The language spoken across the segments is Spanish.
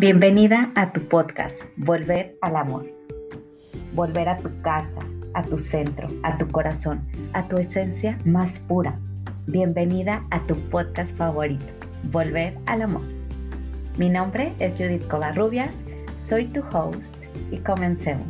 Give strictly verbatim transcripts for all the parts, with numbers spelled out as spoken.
Bienvenida a tu podcast, Volver al Amor. Volver a tu casa, a tu centro, a tu corazón, a tu esencia más pura. Bienvenida a tu podcast favorito, Volver al Amor. Mi nombre es Judith Covarrubias, soy tu host y comencemos.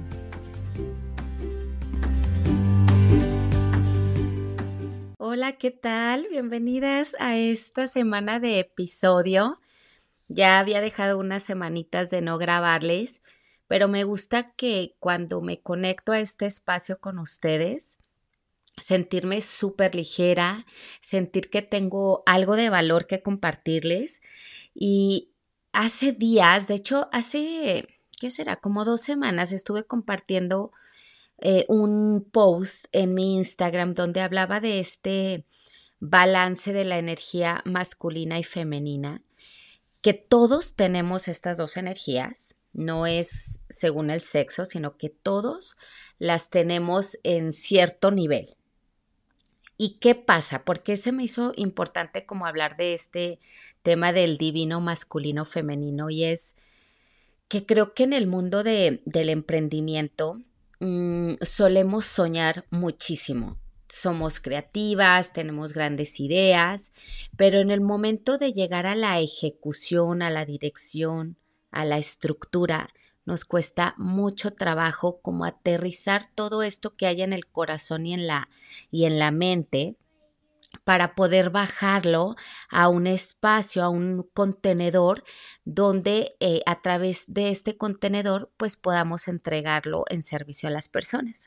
Hola, ¿qué tal? Bienvenidas a esta semana de episodio. Ya había dejado unas semanitas de no grabarles, pero me gusta que cuando me conecto a este espacio con ustedes, sentirme súper ligera, sentir que tengo algo de valor que compartirles. Y hace días, de hecho, hace, ¿qué será? Como dos semanas estuve compartiendo eh, un post en mi Instagram donde hablaba de este balance de la energía masculina y femenina, que todos tenemos estas dos energías, no es según el sexo, sino que todos las tenemos en cierto nivel. ¿Y qué pasa? ¿Por qué se me hizo importante como hablar de este tema del divino masculino femenino? Y es que creo que en el mundo de, del emprendimiento mmm, solemos soñar muchísimo. Somos creativas, tenemos grandes ideas, pero en el momento de llegar a la ejecución, a la dirección, a la estructura, nos cuesta mucho trabajo como aterrizar todo esto que hay en el corazón y en la, y en la mente para poder bajarlo a un espacio, a un contenedor donde eh, a través de este contenedor pues podamos entregarlo en servicio a las personas.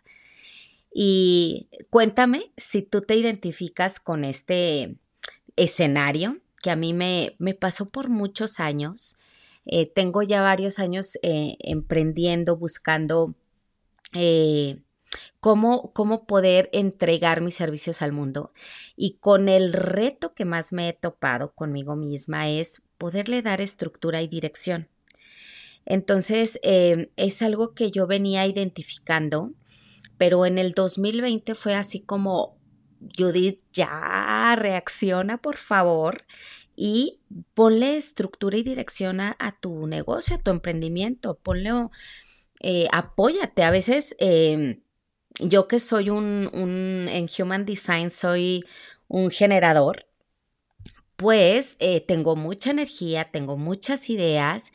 Y cuéntame si tú te identificas con este escenario que a mí me, me pasó por muchos años. Eh, tengo ya varios años eh, emprendiendo, buscando eh, cómo, cómo poder entregar mis servicios al mundo. Y con el reto que más me he topado conmigo misma es poderle dar estructura y dirección. Entonces, eh, es algo que yo venía identificando. Pero en el dos mil veinte fue así como, Judith, ya reacciona por favor y ponle estructura y dirección a, a tu negocio, a tu emprendimiento, ponle, eh, apóyate. A veces eh, yo que soy un, un, en Human Design soy un generador, pues eh, tengo mucha energía, tengo muchas ideas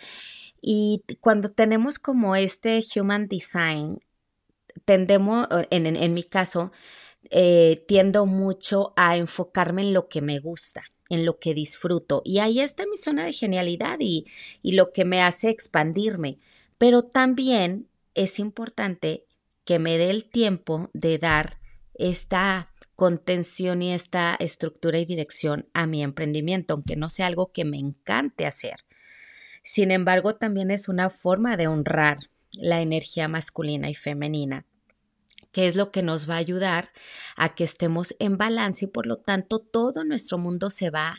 y cuando tenemos como este Human Design, tendemos, en, en, en mi caso, eh, tiendo mucho a enfocarme en lo que me gusta, en lo que disfruto. Y ahí está mi zona de genialidad y, y lo que me hace expandirme. Pero también es importante que me dé el tiempo de dar esta contención y esta estructura y dirección a mi emprendimiento, aunque no sea algo que me encante hacer. Sin embargo, también es una forma de honrar la energía masculina y femenina, que es lo que nos va a ayudar a que estemos en balance y por lo tanto todo nuestro mundo se va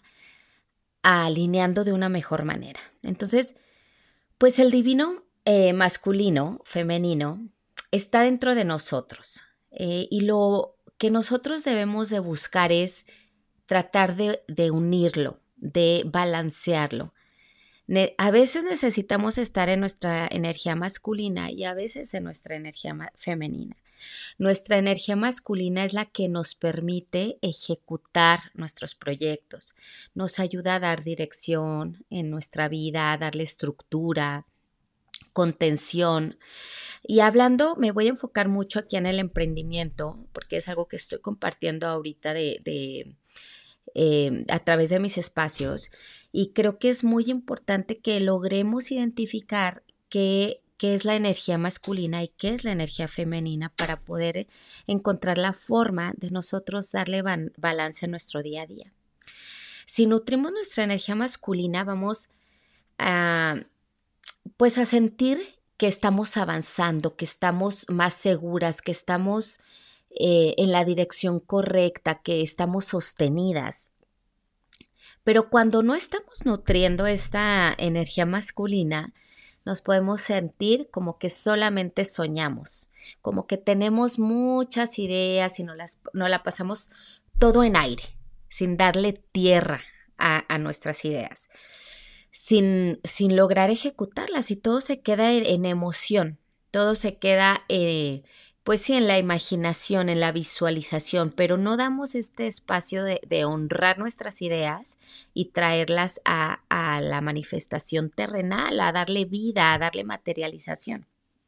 alineando de una mejor manera. Entonces, pues el divino eh, masculino, femenino, está dentro de nosotros eh, y lo que nosotros debemos de buscar es tratar de, de unirlo, de balancearlo. A veces necesitamos estar en nuestra energía masculina y a veces en nuestra energía femenina. Nuestra energía masculina es la que nos permite ejecutar nuestros proyectos, nos ayuda a dar dirección en nuestra vida, a darle estructura, contención. Y hablando, me voy a enfocar mucho aquí en el emprendimiento, porque es algo que estoy compartiendo ahorita de, de eh, a través de mis espacios. Y creo que es muy importante que logremos identificar qué, qué es la energía masculina y qué es la energía femenina para poder encontrar la forma de nosotros darle ban- balance a nuestro día a día. Si nutrimos nuestra energía masculina, vamos a, pues a sentir que estamos avanzando, que estamos más seguras, que estamos eh, en la dirección correcta, que estamos sostenidas. Pero cuando no estamos nutriendo esta energía masculina, nos podemos sentir como que solamente soñamos, como que tenemos muchas ideas y nos las, nos la pasamos todo en aire, sin darle tierra a, a nuestras ideas. sin, sin lograr ejecutarlas y todo se queda en, en emoción, todo se queda eh, pues sí en la imaginación, en la visualización, pero no damos este espacio de, de honrar nuestras ideas y traerlas a, a la manifestación terrenal, a darle vida, a darle materialización.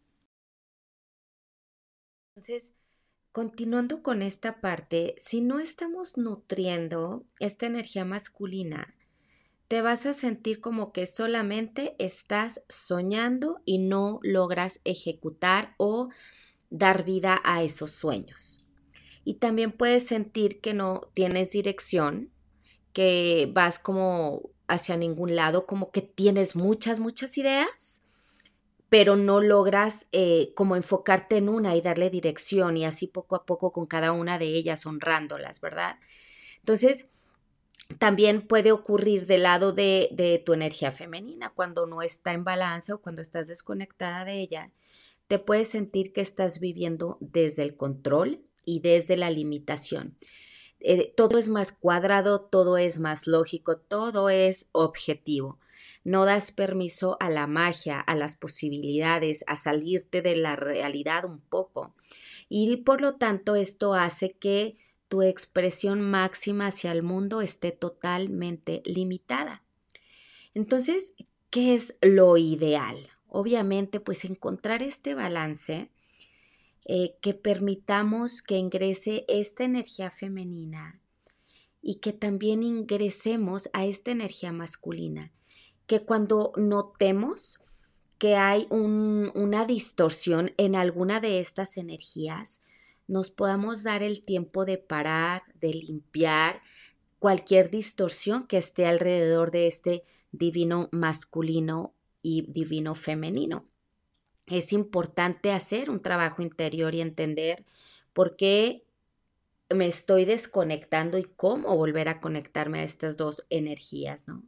Entonces, continuando con esta parte, si no estamos nutriendo esta energía masculina, te vas a sentir como que solamente estás soñando y no logras ejecutar o dar vida a esos sueños. Y también puedes sentir que no tienes dirección, que vas como hacia ningún lado, como que tienes muchas, muchas ideas, pero no logras eh, como enfocarte en una y darle dirección y así poco a poco con cada una de ellas honrándolas, ¿verdad? Entonces, también puede ocurrir del lado de, de tu energía femenina, cuando no está en balance o cuando estás desconectada de ella, te puedes sentir que estás viviendo desde el control y desde la limitación. Eh, todo es más cuadrado, todo es más lógico, todo es objetivo. No das permiso a la magia, a las posibilidades, a salirte de la realidad un poco. Y por lo tanto esto hace que tu expresión máxima hacia el mundo esté totalmente limitada. Entonces, ¿qué es lo ideal? Obviamente, pues encontrar este balance eh, que permitamos que ingrese esta energía femenina y que también ingresemos a esta energía masculina, que cuando notemos que hay un, una distorsión en alguna de estas energías, nos podamos dar el tiempo de parar, de limpiar cualquier distorsión que esté alrededor de este divino masculino y divino femenino. Es importante hacer un trabajo interior y entender por qué me estoy desconectando y cómo volver a conectarme a estas dos energías, ¿no?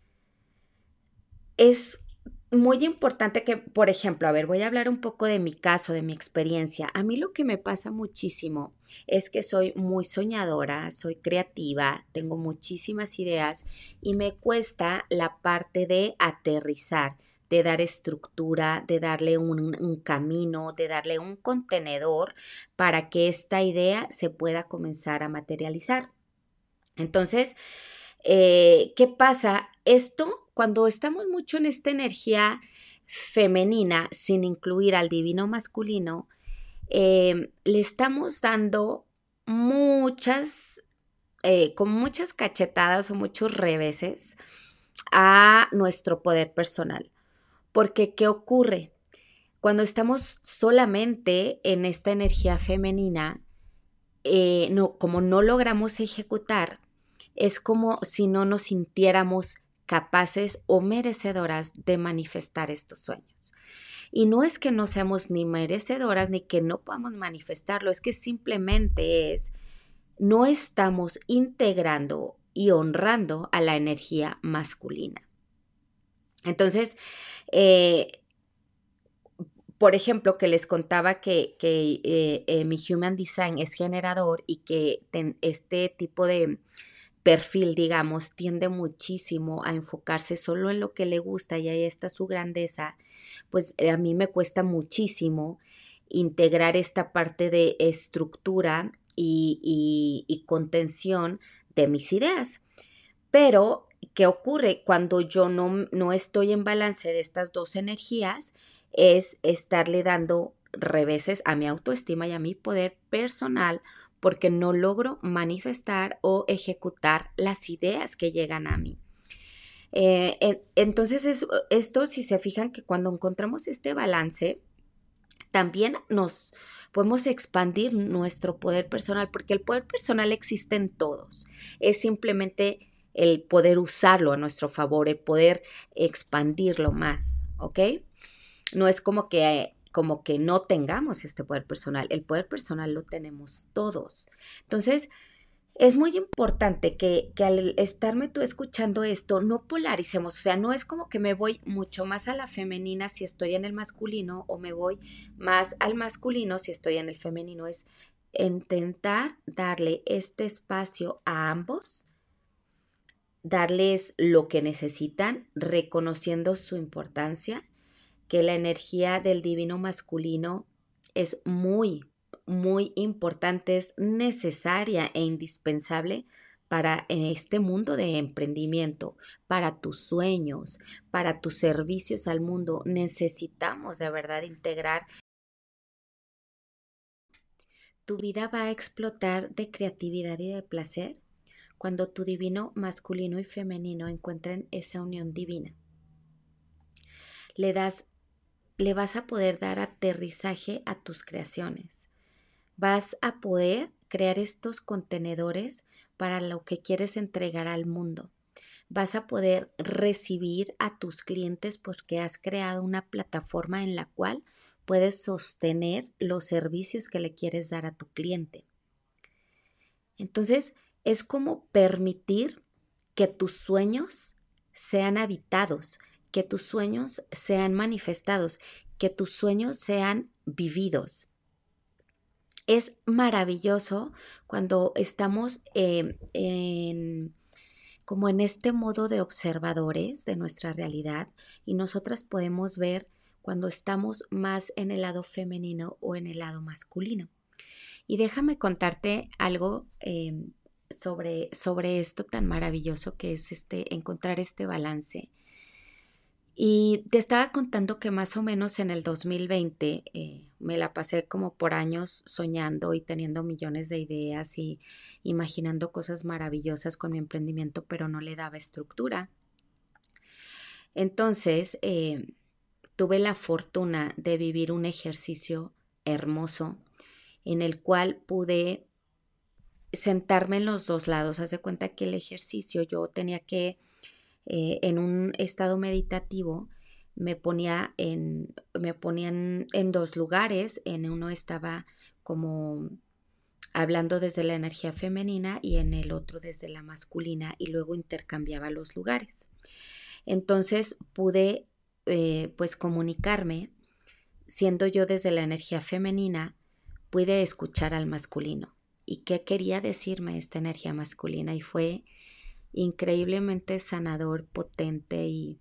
Es muy importante que, por ejemplo, a ver, voy a hablar un poco de mi caso, de mi experiencia. A mí lo que me pasa muchísimo es que soy muy soñadora, soy creativa, tengo muchísimas ideas y me cuesta la parte de aterrizar, de dar estructura, de darle un, un camino, de darle un contenedor para que esta idea se pueda comenzar a materializar. Entonces, eh, ¿qué pasa? Esto, cuando estamos mucho en esta energía femenina, sin incluir al divino masculino, eh, le estamos dando muchas, eh, con muchas cachetadas o muchos reveses a nuestro poder personal. Porque, ¿qué ocurre? Cuando estamos solamente en esta energía femenina, eh, no, como no logramos ejecutar, es como si no nos sintiéramos capaces o merecedoras de manifestar estos sueños. Y no es que no seamos ni merecedoras ni que no podamos manifestarlo, es que simplemente es, no estamos integrando y honrando a la energía masculina. Entonces, eh, por ejemplo, que les contaba que, que eh, eh, mi Human Design es generador y que ten, este tipo de perfil, digamos, tiende muchísimo a enfocarse solo en lo que le gusta y ahí está su grandeza, pues eh, a mí me cuesta muchísimo integrar esta parte de estructura y, y, y contención de mis ideas. Pero, ¿qué ocurre cuando yo no, no estoy en balance de estas dos energías? Es estarle dando reveses a mi autoestima y a mi poder personal porque no logro manifestar o ejecutar las ideas que llegan a mí. Eh, entonces, es, esto, si se fijan que cuando encontramos este balance, también nos podemos expandir nuestro poder personal, porque el poder personal existe en todos. Es simplemente el poder usarlo a nuestro favor, el poder expandirlo más, ¿ok? No es como que, como que no tengamos este poder personal. El poder personal lo tenemos todos. Entonces, es muy importante que, que al estarme tú escuchando esto, no polaricemos, o sea, no es como que me voy mucho más a la femenina si estoy en el masculino o me voy más al masculino si estoy en el femenino, es intentar darle este espacio a ambos darles lo que necesitan, reconociendo su importancia, que la energía del divino masculino es muy, muy importante, es necesaria e indispensable para este mundo de emprendimiento, para tus sueños, para tus servicios al mundo. Necesitamos de verdad integrar. Tu vida va a explotar de creatividad y de placer cuando tu divino masculino y femenino encuentren esa unión divina. Le das, le vas a poder dar aterrizaje a tus creaciones. Vas a poder crear estos contenedores para lo que quieres entregar al mundo. Vas a poder recibir a tus clientes porque has creado una plataforma en la cual puedes sostener los servicios que le quieres dar a tu cliente. Entonces, es como permitir que tus sueños sean habitados, que tus sueños sean manifestados, que tus sueños sean vividos. Es maravilloso cuando estamos eh, en, como en este modo de observadores de nuestra realidad y nosotras podemos ver cuando estamos más en el lado femenino o en el lado masculino. Y déjame contarte algo eh, sobre, sobre esto tan maravilloso que es este, encontrar este balance. Y te estaba contando que más o menos en el dos mil veinte eh, me la pasé como por años soñando y teniendo millones de ideas y imaginando cosas maravillosas con mi emprendimiento, pero no le daba estructura. Entonces, eh, tuve la fortuna de vivir un ejercicio hermoso en el cual pude sentarme en los dos lados. Haz de cuenta que el ejercicio yo tenía que Eh, en un estado meditativo me ponía en, me ponían en dos lugares, en uno estaba como hablando desde la energía femenina y en el otro desde la masculina y luego intercambiaba los lugares. Entonces pude eh, pues comunicarme, siendo yo desde la energía femenina, pude escuchar al masculino y qué quería decirme esta energía masculina y fue increíblemente sanador, potente y,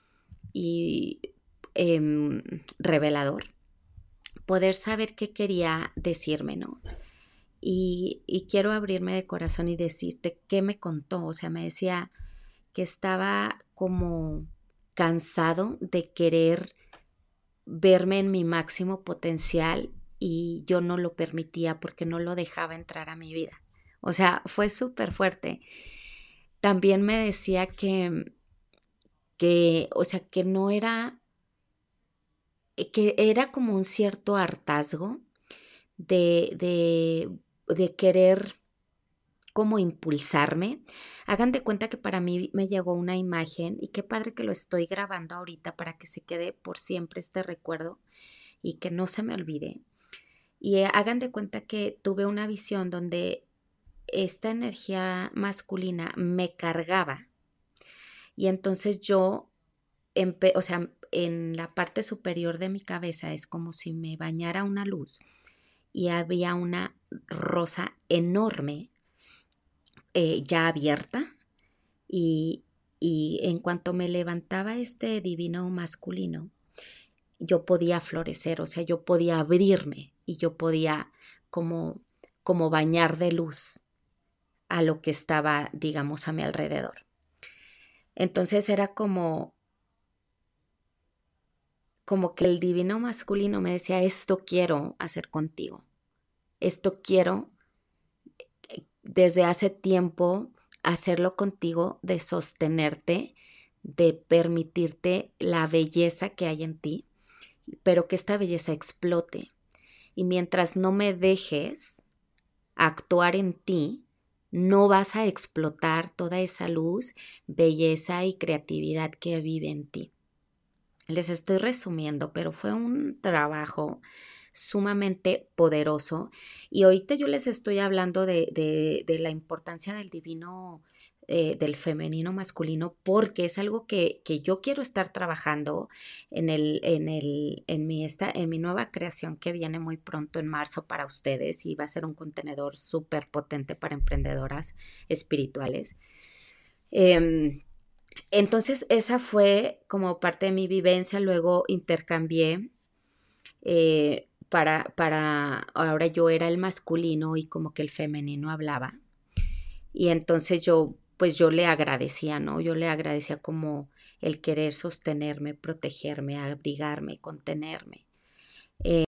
y eh, revelador. Poder saber qué quería decirme, ¿no? Y, y quiero abrirme de corazón y decirte qué me contó. O sea, me decía que estaba como cansado de querer verme en mi máximo potencial y yo no lo permitía porque no lo dejaba entrar a mi vida. O sea, fue súper fuerte. También me decía que, que, o sea, que no era, que era como un cierto hartazgo de, de, de querer como impulsarme. Hagan de cuenta que para mí me llegó una imagen y qué padre que lo estoy grabando ahorita para que se quede por siempre este recuerdo y que no se me olvide. Y eh, hagan de cuenta que tuve una visión donde esta energía masculina me cargaba y entonces yo, empe- o sea, en la parte superior de mi cabeza es como si me bañara una luz y había una rosa enorme eh, ya abierta y, y en cuanto me levantaba este divino masculino, yo podía florecer, o sea, yo podía abrirme y yo podía como, como bañar de luz a lo que estaba, digamos, a mi alrededor. Entonces era como, como que el divino masculino me decía, esto quiero hacer contigo, esto quiero desde hace tiempo hacerlo contigo, de sostenerte, de permitirte la belleza que hay en ti, pero que esta belleza explote. Y mientras no me dejes actuar en ti, no vas a explotar toda esa luz, belleza y creatividad que vive en ti. Les estoy resumiendo, pero fue un trabajo sumamente poderoso y ahorita yo les estoy hablando de, de, de la importancia del divino, eh, del femenino masculino, porque es algo que, que yo quiero estar trabajando en, el, en, el, en, mi esta, en mi nueva creación que viene muy pronto en marzo para ustedes y va a ser un contenedor súper potente para emprendedoras espirituales. Em, entonces esa fue como parte de mi vivencia, luego intercambié eh, para, para, ahora yo era el masculino y como que el femenino hablaba. Y entonces yo, pues yo le agradecía, ¿no? Yo le agradecía como el querer sostenerme, protegerme, abrigarme, contenerme. Eh,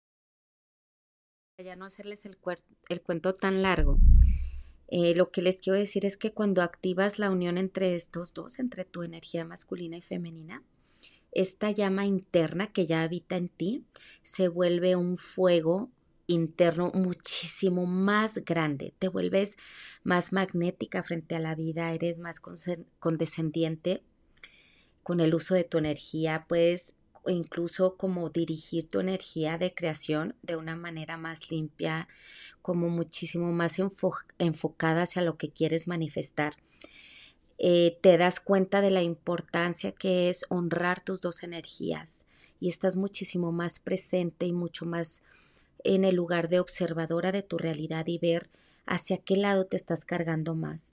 para ya no hacerles el, cuer- el cuento tan largo, eh, lo que les quiero decir es que cuando activas la unión entre estos dos, entre tu energía masculina y femenina, esta llama interna que ya habita en ti se vuelve un fuego interno muchísimo más grande. Te vuelves más magnética frente a la vida, eres más condescendiente con el uso de tu energía, puedes incluso como dirigir tu energía de creación de una manera más limpia, como muchísimo más enfo enfocada hacia lo que quieres manifestar. Eh, te das cuenta de la importancia que es honrar tus dos energías y estás muchísimo más presente y mucho más en el lugar de observadora de tu realidad y ver hacia qué lado te estás cargando más.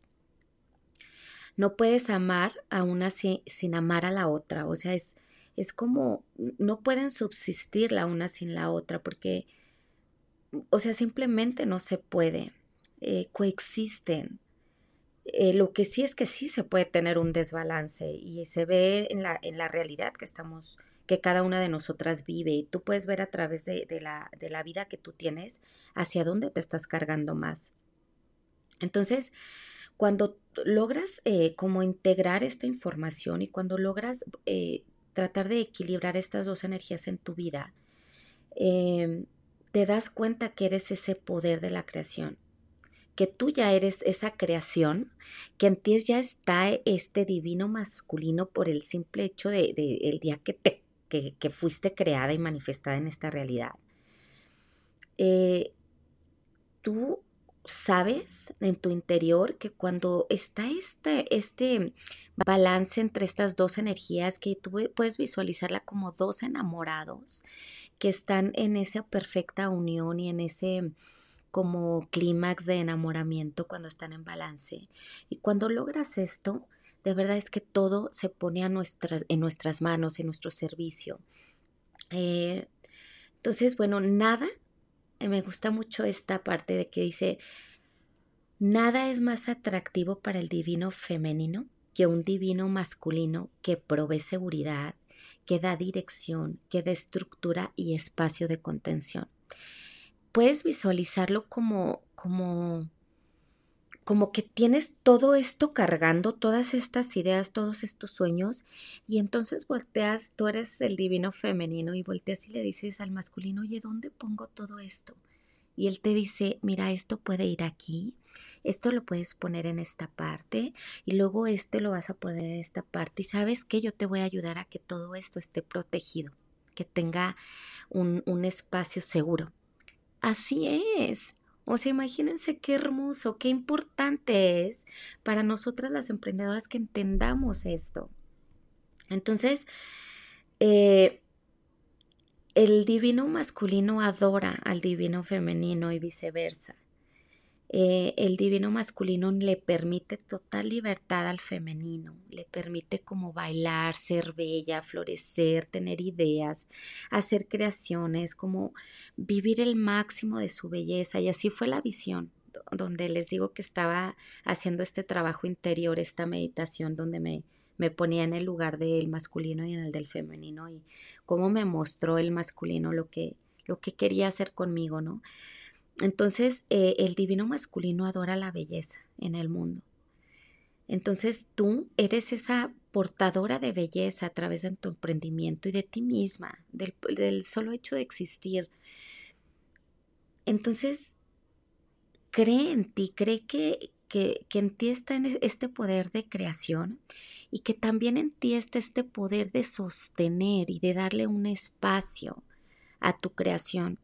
No puedes amar a una sin, sin amar a la otra, o sea, es, es como, no pueden subsistir la una sin la otra porque, o sea, simplemente no se puede, eh, coexisten. Eh, lo que sí es que sí se puede tener un desbalance y se ve en la, en la realidad que estamos, que cada una de nosotras vive. Tú puedes ver a través de, de, la, de la vida que tú tienes hacia dónde te estás cargando más. Entonces, cuando logras eh, como integrar esta información y cuando logras eh, tratar de equilibrar estas dos energías en tu vida, eh, te das cuenta que eres ese poder de la creación, que tú ya eres esa creación, que en ti ya está este divino masculino por el simple hecho de, de el día que te que, que fuiste creada y manifestada en esta realidad. Eh, tú sabes en tu interior que cuando está este, este balance entre estas dos energías, que tú puedes visualizarla como dos enamorados que están en esa perfecta unión y en ese como clímax de enamoramiento cuando están en balance. Y cuando logras esto, de verdad es que todo se pone a nuestras, en nuestras manos, en nuestro servicio. Eh, entonces, bueno, nada, eh, me gusta mucho esta parte de que dice, nada es más atractivo para el divino femenino que un divino masculino que provee seguridad, que da dirección, que da estructura y espacio de contención. Puedes visualizarlo como, como, como que tienes todo esto cargando, todas estas ideas, todos estos sueños, y entonces volteas, tú eres el divino femenino y volteas y le dices al masculino, oye, ¿dónde pongo todo esto? Y él te dice, mira, esto puede ir aquí, esto lo puedes poner en esta parte y luego este lo vas a poner en esta parte. Y sabes que yo te voy a ayudar a que todo esto esté protegido, que tenga un, un espacio seguro. Así es. O sea, imagínense qué hermoso, qué importante es para nosotras las emprendedoras que entendamos esto. Entonces, eh, el divino masculino adora al divino femenino y viceversa. Eh, el divino masculino le permite total libertad al femenino, le permite como bailar, ser bella, florecer, tener ideas, hacer creaciones, como vivir el máximo de su belleza. Y así fue la visión, donde les digo que estaba haciendo este trabajo interior, esta meditación donde me, me ponía en el lugar del masculino y en el del femenino y cómo me mostró el masculino lo que, lo que quería hacer conmigo, ¿no? Entonces, eh, el divino masculino adora la belleza en el mundo. Entonces, tú eres esa portadora de belleza a través de tu emprendimiento y de ti misma, del, del solo hecho de existir. Entonces, cree en ti, cree que, que, que en ti está en este poder de creación y que también en ti está este poder de sostener y de darle un espacio a tu creación.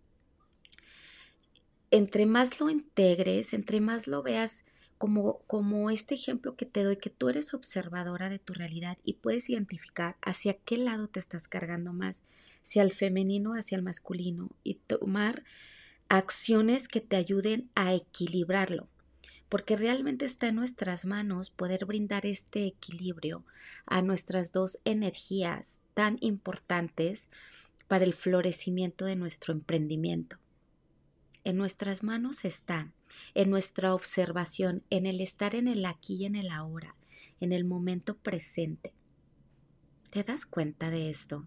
Entre más lo integres, entre más lo veas como, como este ejemplo que te doy, que tú eres observadora de tu realidad y puedes identificar hacia qué lado te estás cargando más, hacia el femenino, hacia el masculino, y tomar acciones que te ayuden a equilibrarlo. porque realmente está en nuestras manos poder brindar este equilibrio a nuestras dos energías tan importantes para el florecimiento de nuestro emprendimiento. En nuestras manos está, en nuestra observación, en el estar en el aquí y en el ahora, en el momento presente. ¿Te das cuenta de esto?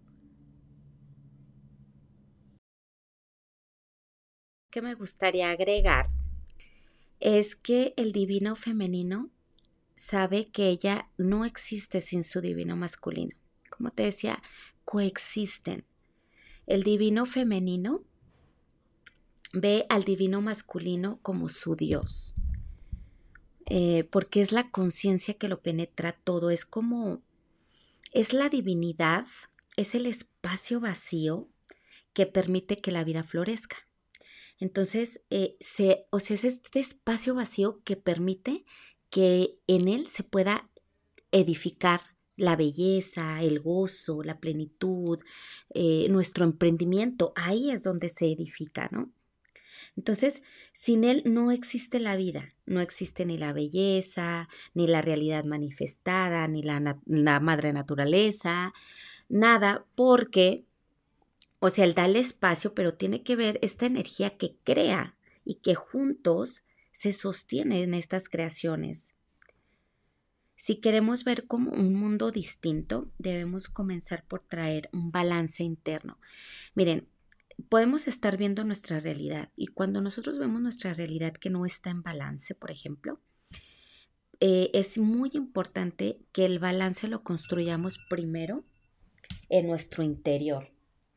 Que me gustaría agregar es que el divino femenino sabe que ella no existe sin su divino masculino. Como te decía, coexisten. El divino femenino ve al divino masculino como su Dios, eh, porque es la conciencia que lo penetra todo, es como, es la divinidad, es el espacio vacío que permite que la vida florezca. Entonces, eh, se, o sea, es este espacio vacío que permite que en él se pueda edificar la belleza, el gozo, la plenitud, eh, nuestro emprendimiento. Ahí es donde se edifica, ¿no? Entonces, sin él no existe la vida, no existe ni la belleza, ni la realidad manifestada, ni la, la madre naturaleza, nada, porque, o sea, él da el espacio, pero tiene que ver esta energía que crea y que juntos se sostienen estas creaciones. Si queremos ver como un mundo distinto, debemos comenzar por traer un balance interno. Miren, podemos estar viendo nuestra realidad y cuando nosotros vemos nuestra realidad que no está en balance, por ejemplo, eh, es muy importante que el balance lo construyamos primero en nuestro interior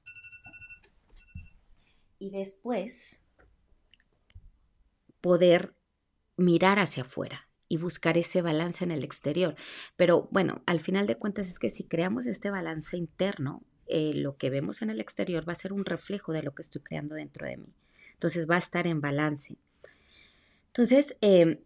y después poder mirar hacia afuera y buscar ese balance en el exterior. Pero bueno, al final de cuentas es que si creamos este balance interno, eh, lo que vemos en el exterior va a ser un reflejo de lo que estoy creando dentro de mí. Entonces va a estar en balance. Entonces, eh,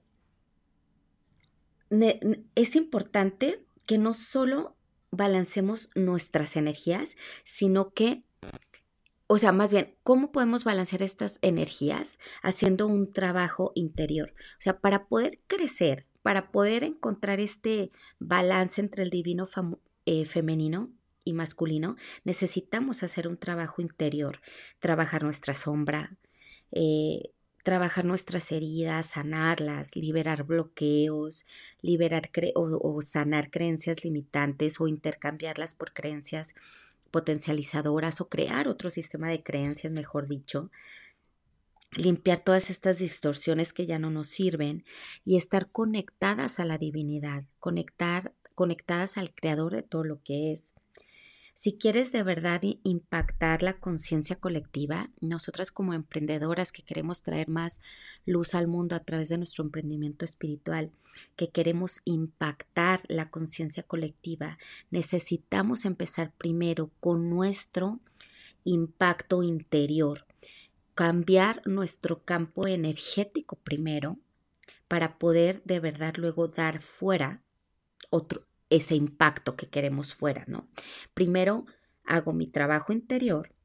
ne- es importante que no solo balancemos nuestras energías, sino que, o sea, más bien, ¿cómo podemos balancear estas energías? Haciendo un trabajo interior. O sea, para poder crecer, para poder encontrar este balance entre el divino fam- eh, femenino y masculino, necesitamos hacer un trabajo interior, trabajar nuestra sombra, eh, trabajar nuestras heridas, sanarlas, liberar bloqueos, liberar cre- o, o sanar creencias limitantes o intercambiarlas por creencias potencializadoras o crear otro sistema de creencias, mejor dicho, limpiar todas estas distorsiones que ya no nos sirven y estar conectadas a la divinidad, conectar, conectadas al creador de todo lo que es. Si quieres de verdad impactar la conciencia colectiva, nosotras como emprendedoras que queremos traer más luz al mundo a través de nuestro emprendimiento espiritual, que queremos impactar la conciencia colectiva, necesitamos empezar primero con nuestro impacto interior, cambiar nuestro campo energético primero para poder de verdad luego dar fuera otro, ese impacto que queremos fuera, ¿no? Primero hago mi trabajo interior,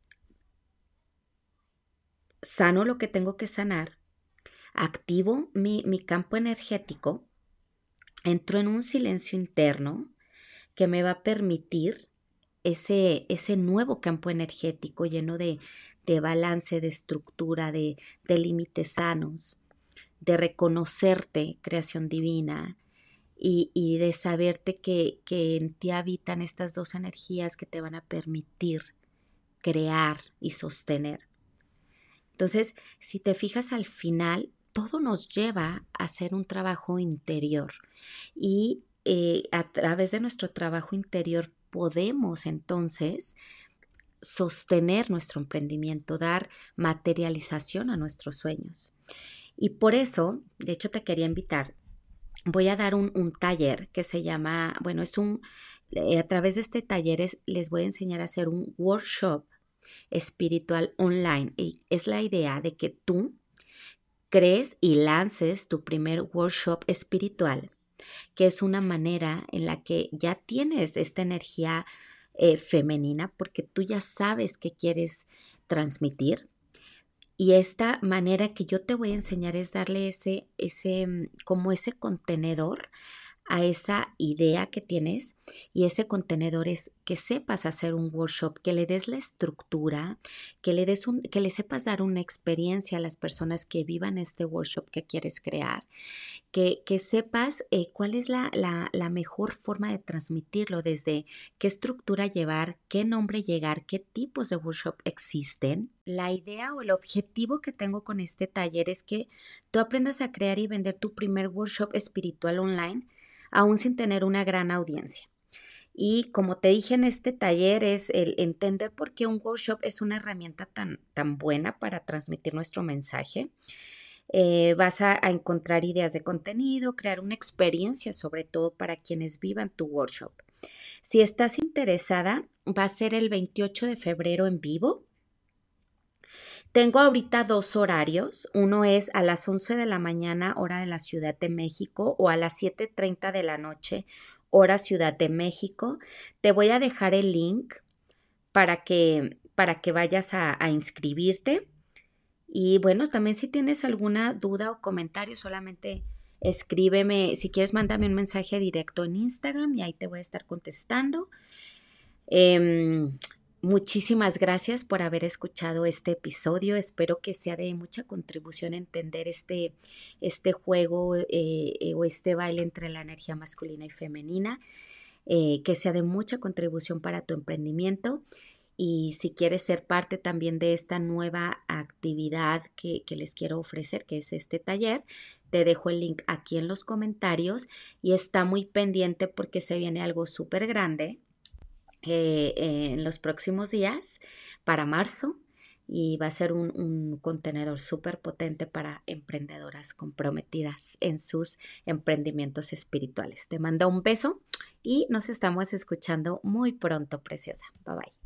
sano lo que tengo que sanar, activo mi, mi campo energético, entro en un silencio interno que me va a permitir ese, ese nuevo campo energético lleno de, de balance, de estructura, de, de límites sanos, de reconocerte, creación divina, y, y de saberte que, que en ti habitan estas dos energías que te van a permitir crear y sostener. Entonces, si te fijas al final, todo nos lleva a hacer un trabajo interior y eh, a través de nuestro trabajo interior podemos entonces sostener nuestro emprendimiento, dar materialización a nuestros sueños. Y por eso, de hecho, te quería invitar. Voy a dar un, un taller que se llama, bueno, es un, eh, a través de este taller es, les voy a enseñar a hacer un workshop espiritual online. Y es la idea de que tú crees y lances tu primer workshop espiritual, que es una manera en la que ya tienes esta energía eh, femenina porque tú ya sabes qué quieres transmitir. Y esta manera que yo te voy a enseñar es darle ese, ese, mm, como ese contenedor a esa idea que tienes, y ese contenedor es que sepas hacer un workshop, que le des la estructura, que le des un, que le sepas dar una experiencia a las personas que vivan este workshop que quieres crear, que, que sepas eh, cuál es la, la, la mejor forma de transmitirlo, desde qué estructura llevar, qué nombre llegar, qué tipos de workshop existen. La idea o el objetivo que tengo con este taller es que tú aprendas a crear y vender tu primer workshop espiritual online, aún sin tener una gran audiencia. Y como te dije en este taller, es el entender por qué un workshop es una herramienta tan, tan buena para transmitir nuestro mensaje. Eh, vas a, a encontrar ideas de contenido, crear una experiencia sobre todo para quienes vivan tu workshop. Si estás interesada, va a ser el veintiocho de febrero en vivo. Tengo ahorita dos horarios. Uno es a las once de la mañana, hora de la Ciudad de México, o a las siete treinta de la noche, hora Ciudad de México. Te voy a dejar el link para que, para que vayas a, a inscribirte. Y bueno, también si tienes alguna duda o comentario, solamente escríbeme. Si quieres, mándame un mensaje directo en Instagram y ahí te voy a estar contestando. Eh, Muchísimas gracias por haber escuchado este episodio. Espero que sea de mucha contribución entender este, este juego eh, eh, o este baile entre la energía masculina y femenina, eh, que sea de mucha contribución para tu emprendimiento. Y si quieres ser parte también de esta nueva actividad que, que les quiero ofrecer, que es este taller, te dejo el link aquí en los comentarios y está muy pendiente porque se viene algo súper grande eh, eh, en los próximos días para marzo, y va a ser un, un contenedor súper potente para emprendedoras comprometidas en sus emprendimientos espirituales. Te mando un beso y nos estamos escuchando muy pronto, preciosa. Bye bye.